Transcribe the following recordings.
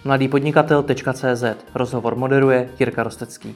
mladýpodnikatel.cz. Rozhovor moderuje Jirka Rostecký.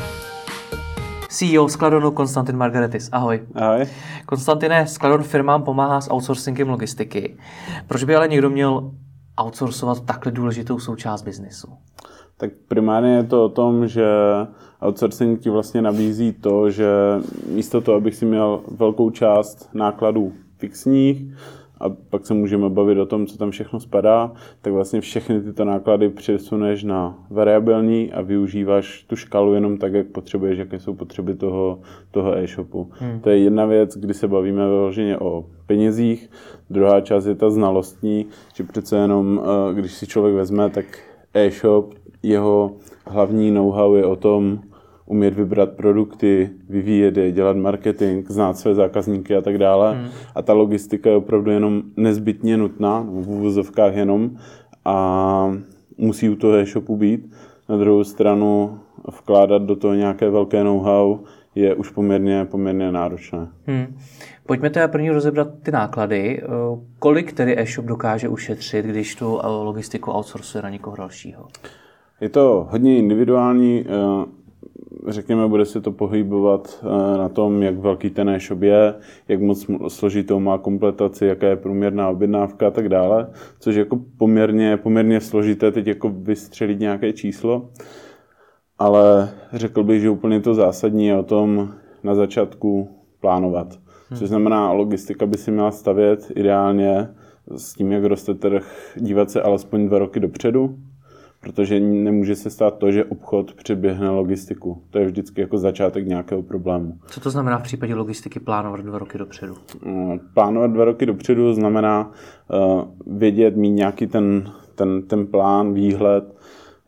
CEO Skladonu Konstantin Margaretis. Ahoj. Ahoj. Konstantine, Skladon firmám pomáhá s outsourcingem logistiky. Proč by ale někdo měl outsourcovat takhle důležitou součást biznesu? Tak primárně je to o tom, že outsourcing ti vlastně nabízí to, že místo toho, abych si měl velkou část nákladů fixních a pak se můžeme bavit o tom, co tam všechno spadá, tak vlastně všechny tyto náklady přesuneš na variabilní a využíváš tu škálu jenom tak, jak potřebuješ, jaké jsou potřeby toho e-shopu. To je jedna věc, kdy se bavíme vyloženě o penězích. Druhá část je ta znalostní, že přece jenom, když si člověk vezme, tak e-shop, jeho hlavní know-how je o tom umět vybrat produkty, vyvíjet je, dělat marketing, znát své zákazníky a tak dále. A ta logistika je opravdu jenom nezbytně nutná, v uvozovkách jenom, a musí u toho e-shopu být. Na druhou stranu vkládat do toho nějaké velké know-how je už poměrně náročné. Pojďme teda první rozebrat ty náklady. Kolik tedy e-shop dokáže ušetřit, když tu logistiku outsourcuje na někoho dalšího? Je to hodně individuální. Řekněme, bude se to pohybovat na tom, jak velký ten e-shop je, jak moc složitou má kompletaci, jaká je průměrná objednávka a tak dále, což je jako poměrně složité teď jako vystřelit nějaké číslo, ale řekl bych, že úplně to zásadní je o tom na začátku plánovat. Což znamená, logistika by si měla stavět ideálně s tím, jak roste trh, dívat se alespoň 2 roky dopředu, protože nemůže se stát to, že obchod předběhne logistiku. To je vždycky jako začátek nějakého problému. Co to znamená v případě logistiky plánovat 2 roky dopředu? Plánovat 2 roky dopředu znamená vědět, mít nějaký ten plán, výhled,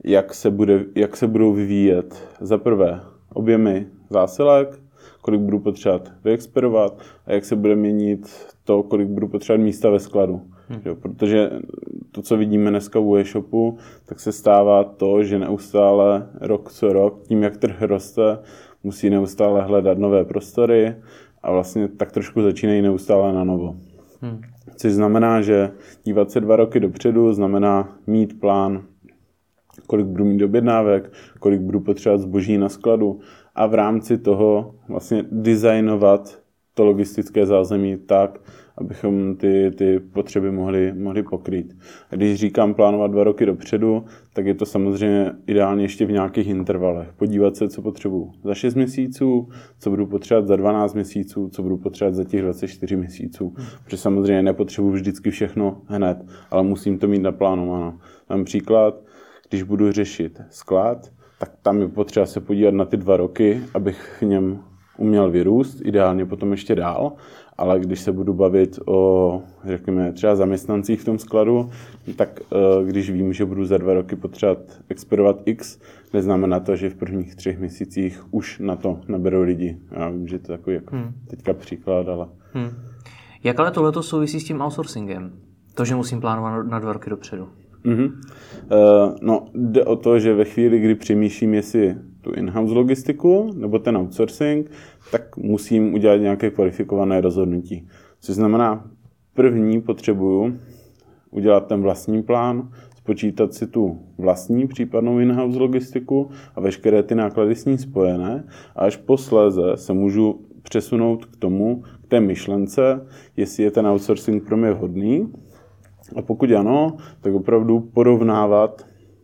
jak se budou vyvíjet. Za prvé objemy zásilek, kolik budu potřebovat vyexpedovat a jak se bude měnit to, kolik budu potřebovat místa ve skladu. Protože to, co vidíme dneska u e-shopu, tak se stává to, že neustále rok co rok, tím jak trh roste, musí neustále hledat nové prostory a vlastně tak trošku začínají neustále na novo. Což znamená, že dívat se 2 roky dopředu znamená mít plán, kolik budu mít objednávek, kolik budu potřebovat zboží na skladu a v rámci toho vlastně designovat to logistické zázemí tak, abychom ty potřeby mohli pokrýt. A když říkám plánovat 2 roky dopředu, tak je to samozřejmě ideálně ještě v nějakých intervalech. Podívat se, co potřebuji za 6 měsíců, co budu potřebovat za 12 měsíců, co budu potřebovat za těch 24 měsíců. Protože samozřejmě nepotřebuji vždycky všechno hned, ale musím to mít naplánováno. Mám příklad, když budu řešit sklad, tak tam je potřeba se podívat na ty 2 roky, abych v něm uměl vyrůst, ideálně potom ještě dál, ale když se budu bavit o, řekněme, třeba zaměstnancích v tom skladu, tak když vím, že budu za 2 roky potřebovat expedovat X, neznamená to, že v prvních 3 měsících už na to naberou lidi. Já vím, že to je takový jako teďka příklad, ale... Jak ale tohleto souvisí s tím outsourcingem? To, že musím plánovat na 2 roky dopředu. No, jde o to, že ve chvíli, kdy přemýšlím, jestli tu in-house logistiku nebo ten outsourcing, tak musím udělat nějaké kvalifikované rozhodnutí. Což znamená, první potřebuju udělat ten vlastní plán, spočítat si tu vlastní případnou in-house logistiku a veškeré ty náklady s ní spojené a až posléze se můžu přesunout k té myšlence, jestli je ten outsourcing pro mě vhodný. A pokud ano, tak opravdu porovnávat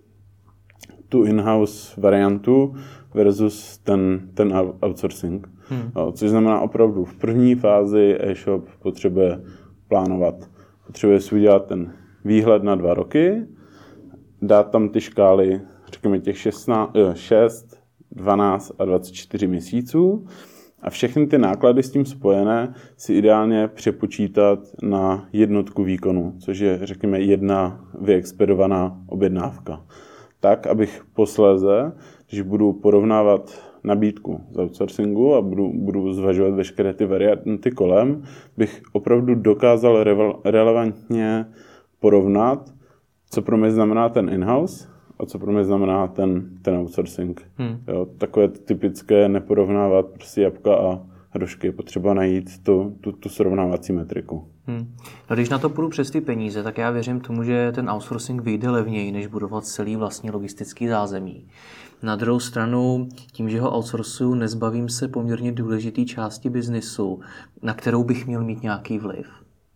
tu in-house variantu versus ten outsourcing. Což znamená opravdu v první fázi e-shop potřebuje plánovat. Potřebuje si udělat ten výhled na 2 roky, dát tam ty škály, řekněme těch 6, 12 a 24 měsíců a všechny ty náklady s tím spojené si ideálně přepočítat na jednotku výkonu, což je, řekněme, 1 vyexpedovaná objednávka. Tak, abych posléze, když budu porovnávat nabídku z outsourcingu a budu zvažovat veškeré ty varianty kolem, bych opravdu dokázal relevantně porovnat, co pro mě znamená ten in-house a co pro mě znamená ten outsourcing. Jo, takové typické neporovnávat prostě jabka a hrušky. Je potřeba najít tu srovnávací metriku. No, když na to půjdu přes ty peníze, tak já věřím tomu, že ten outsourcing vyjde levněji, než budovat celý vlastní logistický zázemí. Na druhou stranu, tím, že ho outsourcuju, nezbavím se poměrně důležitý části biznisu, na kterou bych měl mít nějaký vliv.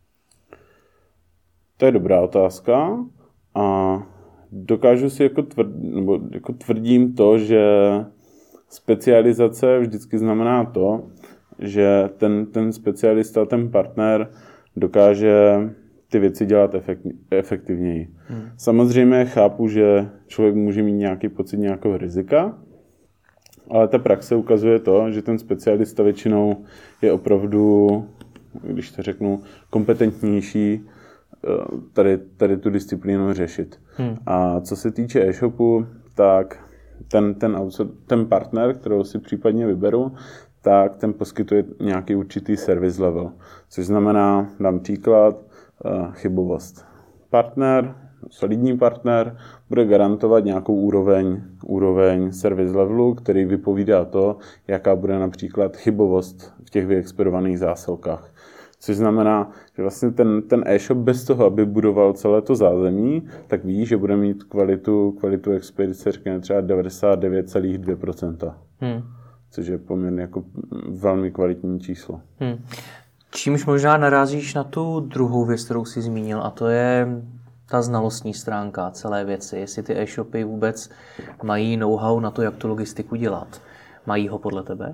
To je dobrá otázka a dokážu si jako tvrdím to, že specializace vždycky znamená to, že ten specialista, ten partner dokáže ty věci dělat efektivněji. Samozřejmě chápu, že člověk může mít nějaký pocit nějakého rizika, ale ta praxe ukazuje to, že ten specialista většinou je opravdu, když to řeknu, kompetentnější tady tu disciplínu řešit. A co se týče e-shopu, tak ten partner, kterou si případně vyberu, tak ten poskytuje nějaký určitý service level. Což znamená, dám příklad, chybovost. Partner, solidní partner, bude garantovat nějakou úroveň service levelu, který vypovídá to, jaká bude například chybovost v těch vyexpedovaných zásilkách. Což znamená, že vlastně ten e-shop bez toho, aby budoval celé to zázemí, tak ví, že bude mít kvalitu expedice, řekněme třeba 99,2%. Což je poměrně jako velmi kvalitní číslo. Čímž možná narazíš na tu druhou věc, kterou jsi zmínil, a to je ta znalostní stránka celé věci. Jestli ty e-shopy vůbec mají know-how na to, jak tu logistiku dělat. Mají ho podle tebe?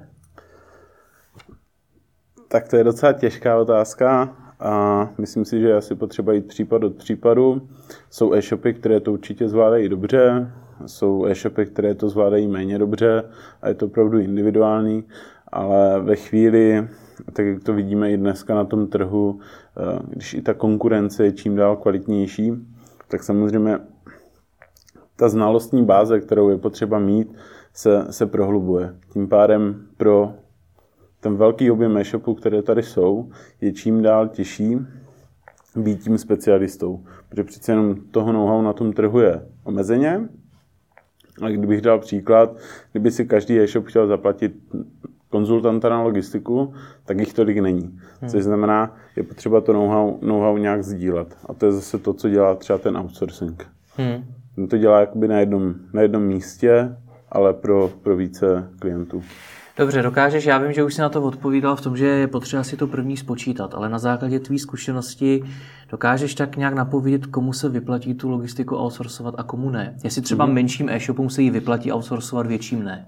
Tak to je docela těžká otázka a myslím si, že je asi potřeba jít případ od případu. Jsou e-shopy, které to určitě zvládají dobře, jsou e-shopy, které to zvládají méně dobře a je to opravdu individuální, ale ve chvíli, tak jak to vidíme i dneska na tom trhu, když i ta konkurence je čím dál kvalitnější, tak samozřejmě ta znalostní báze, kterou je potřeba mít, se prohlubuje. Tím pádem pro ten velký objem e-shopů, které tady jsou, je čím dál těžší být tím specialistou. Protože přece jenom toho know-how na tom trhu je omezeně. A kdybych dal příklad, kdyby si každý e-shop chtěl zaplatit konzultanta na logistiku, tak jich tolik není. Což znamená, je potřeba to know-how nějak sdílet. A to je zase to, co dělá třeba ten outsourcing. Ten to dělá jakoby na jednom místě, ale pro více klientů. Dobře, dokážeš, já vím, že už jsi na to odpovídal v tom, že je potřeba si to první spočítat, ale na základě tvý zkušenosti dokážeš tak nějak napovědět, komu se vyplatí tu logistiku outsourcovat a komu ne? Jestli třeba menším e-shopům se jí vyplatí outsourcovat, větším ne?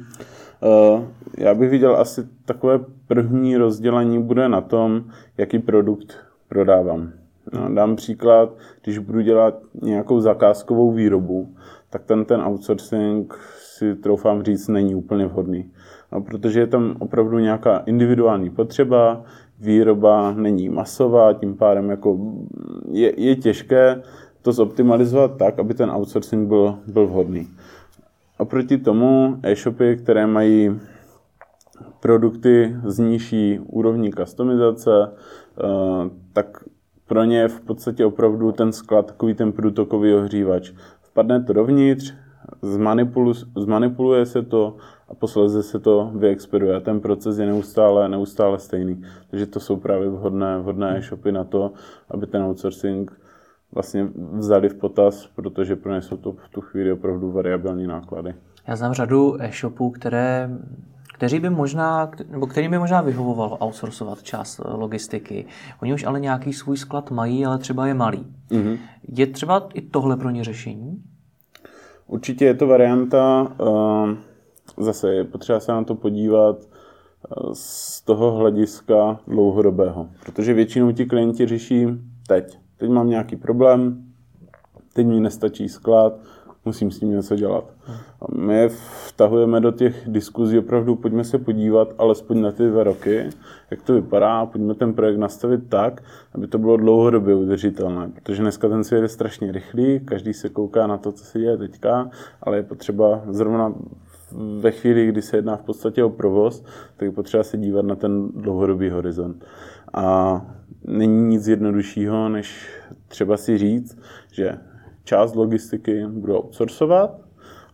Já bych viděl asi takové první rozdělení bude na tom, jaký produkt prodávám. Dám příklad, když budu dělat nějakou zakázkovou výrobu, tak ten outsourcing si troufám říct není úplně vhodný. No, protože je tam opravdu nějaká individuální potřeba, výroba není masová, tím pádem jako je těžké to zoptimalizovat tak, aby ten outsourcing byl vhodný. Oproti tomu e-shopy, které mají produkty z nižší úrovní customizace, tak pro ně je v podstatě opravdu ten sklad takový ten průtokový ohřívač. Vpadne to dovnitř, zmanipuluje se to a posledně se to vyexpeduje. Ten proces je neustále stejný. Takže to jsou právě vhodné e-shopy na to, aby ten outsourcing vlastně vzali v potaz, protože pro ně jsou to v tu chvíli opravdu variabilní náklady. Já znám řadu e-shopů, kterým by možná vyhovovalo outsourcovat část logistiky. Oni už ale nějaký svůj sklad mají, ale třeba je malý. Je třeba i tohle pro ně řešení? Určitě je to varianta. Zase je potřeba se na to podívat z toho hlediska dlouhodobého. Protože většinou ti klienti řeší teď. Teď mám nějaký problém, teď mi nestačí sklad, musím s tím něco dělat. A my je vtahujeme do těch diskuzí, opravdu pojďme se podívat alespoň na ty 2 roky, jak to vypadá, pojďme ten projekt nastavit tak, aby to bylo dlouhodobě udržitelné, protože dneska ten svět je strašně rychlý, každý se kouká na to, co se děje teďka, ale je potřeba zrovna ve chvíli, kdy se jedná v podstatě o provoz, tak je potřeba se dívat na ten dlouhodobý horizont. A není nic jednoduššího, než třeba si říct, že část logistiky budu outsourcovat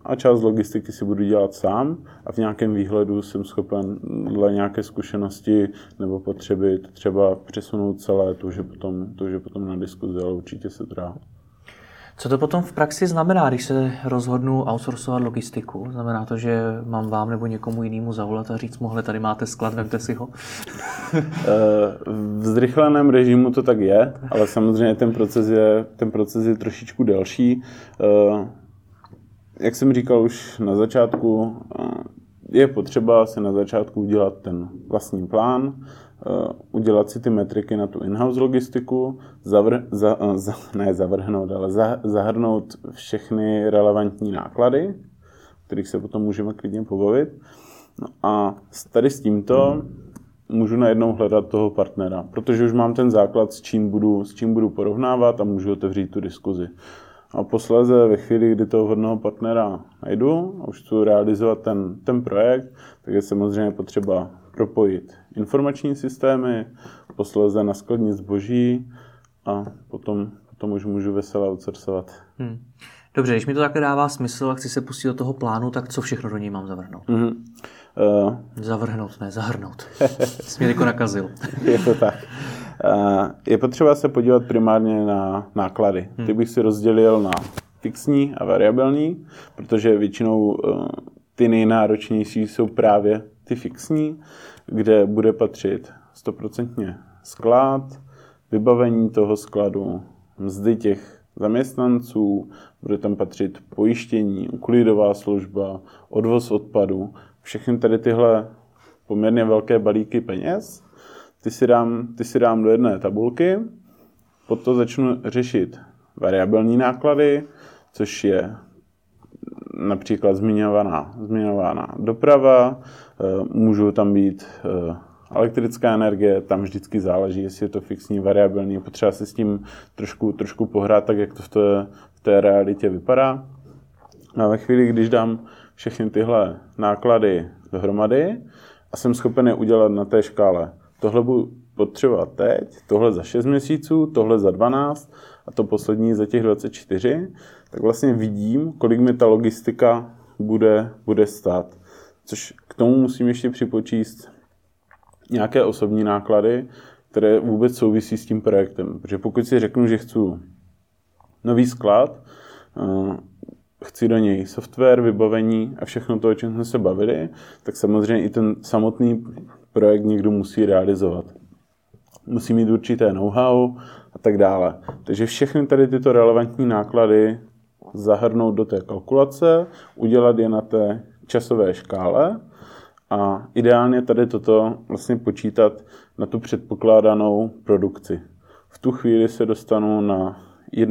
a část logistiky si budu dělat sám a v nějakém výhledu jsem schopen dle nějaké zkušenosti nebo potřeby to třeba přesunout celé, to už je potom na diskuzi, ale určitě se to dá. Co to potom v praxi znamená, když se rozhodnu outsourcovat logistiku? Znamená to, že mám vám nebo někomu jinému zavolat a říct, mohle, tady máte sklad, vemte si ho? V zrychleném režimu to tak je, ale samozřejmě ten proces je trošičku delší. Jak jsem říkal už na začátku, je potřeba si na začátku udělat ten vlastní plán, udělat si ty metriky na tu in-house logistiku, zahrnout všechny relevantní náklady, o kterých se potom můžeme klidně pobavit. No a tady s tímto můžu najednou hledat toho partnera, protože už mám ten základ, s čím budu porovnávat a můžu otevřít tu diskuzi. A posléze ve chvíli, kdy toho vhodného partnera najdu a už chci realizovat ten projekt, tak je samozřejmě potřeba propojit informační systémy, posléze naskladnit zboží a potom už můžu vesele outsourcovat. Dobře, když mi to takhle dává smysl a chci se pustit do toho plánu, tak co všechno do něj mám zavrhnout? Zavrhnout, ne, zahrnout. Jsi mě jako nakazil. Je to tak. Je potřeba se podívat primárně na náklady. Ty bych si rozdělil na fixní a variabilní, protože většinou ty nejnáročnější jsou právě ty fixní, kde bude patřit 100% sklad, vybavení toho skladu, mzdy těch zaměstnanců, bude tam patřit pojištění, uklidová služba, odvoz odpadu, všechny tady tyhle poměrně velké balíky peněz, ty si dám do jedné tabulky, potom začnu řešit variabilní náklady, což je například zmiňovaná doprava, můžou tam být elektrická energie, tam vždycky záleží, jestli je to fixní, variabilní, je potřeba si s tím trošku pohrát, tak jak to v té realitě vypadá. A ve chvíli, když dám všechny tyhle náklady dohromady a jsem schopen je udělat na té škále, tohle budu potřebovat teď, tohle za 6 měsíců, tohle za 12 a to poslední za těch 24, tak vlastně vidím, kolik mi ta logistika bude stát. Což k tomu musím ještě připočíst nějaké osobní náklady, které vůbec souvisí s tím projektem. Protože pokud si řeknu, že chci nový sklad, chci do něj software, vybavení a všechno to, o čem jsme se bavili, tak samozřejmě i ten samotný projekt někdo musí realizovat. Musí mít určité know-how a tak dále. Takže všechny tady tyto relevantní náklady zahrnout do té kalkulace, udělat je na té časové škále a ideálně tady toto vlastně počítat na tu předpokládanou produkci. V tu chvíli se dostanu na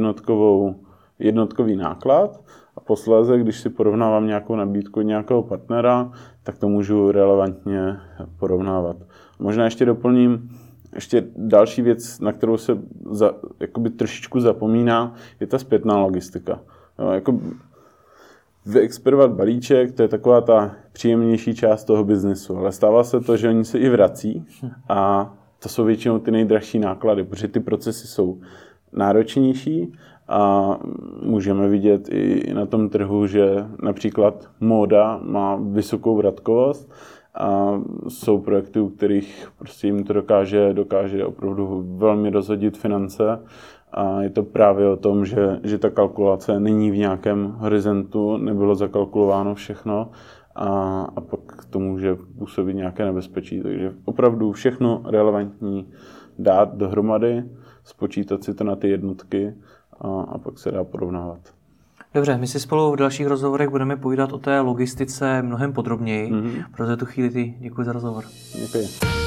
jednotkový náklad a posléze, když si porovnávám nějakou nabídku nějakého partnera, tak to můžu relevantně porovnávat. Možná ještě doplním, ještě další věc, na kterou se jakoby trošičku zapomíná, je ta zpětná logistika. Jo, jako vyexpedovat balíček, to je taková ta příjemnější část toho biznesu, ale stává se to, že oni se i vrací a to jsou většinou ty nejdražší náklady, protože ty procesy jsou náročnější a můžeme vidět i na tom trhu, že například móda má vysokou vratkovost a jsou projekty, u kterých prostě jim to dokáže opravdu velmi rozhodit finance a je to právě o tom, že ta kalkulace není v nějakém horizontu, nebylo zakalkulováno všechno a pak to může působit nějaké nebezpečí. Takže opravdu všechno relevantní dát dohromady, spočítat si to na ty jednotky a pak se dá porovnávat. Dobře, my si spolu v dalších rozhovorech budeme povídat o té logistice mnohem podrobněji. Pro tu chvíli děkuji za rozhovor. Děkuji.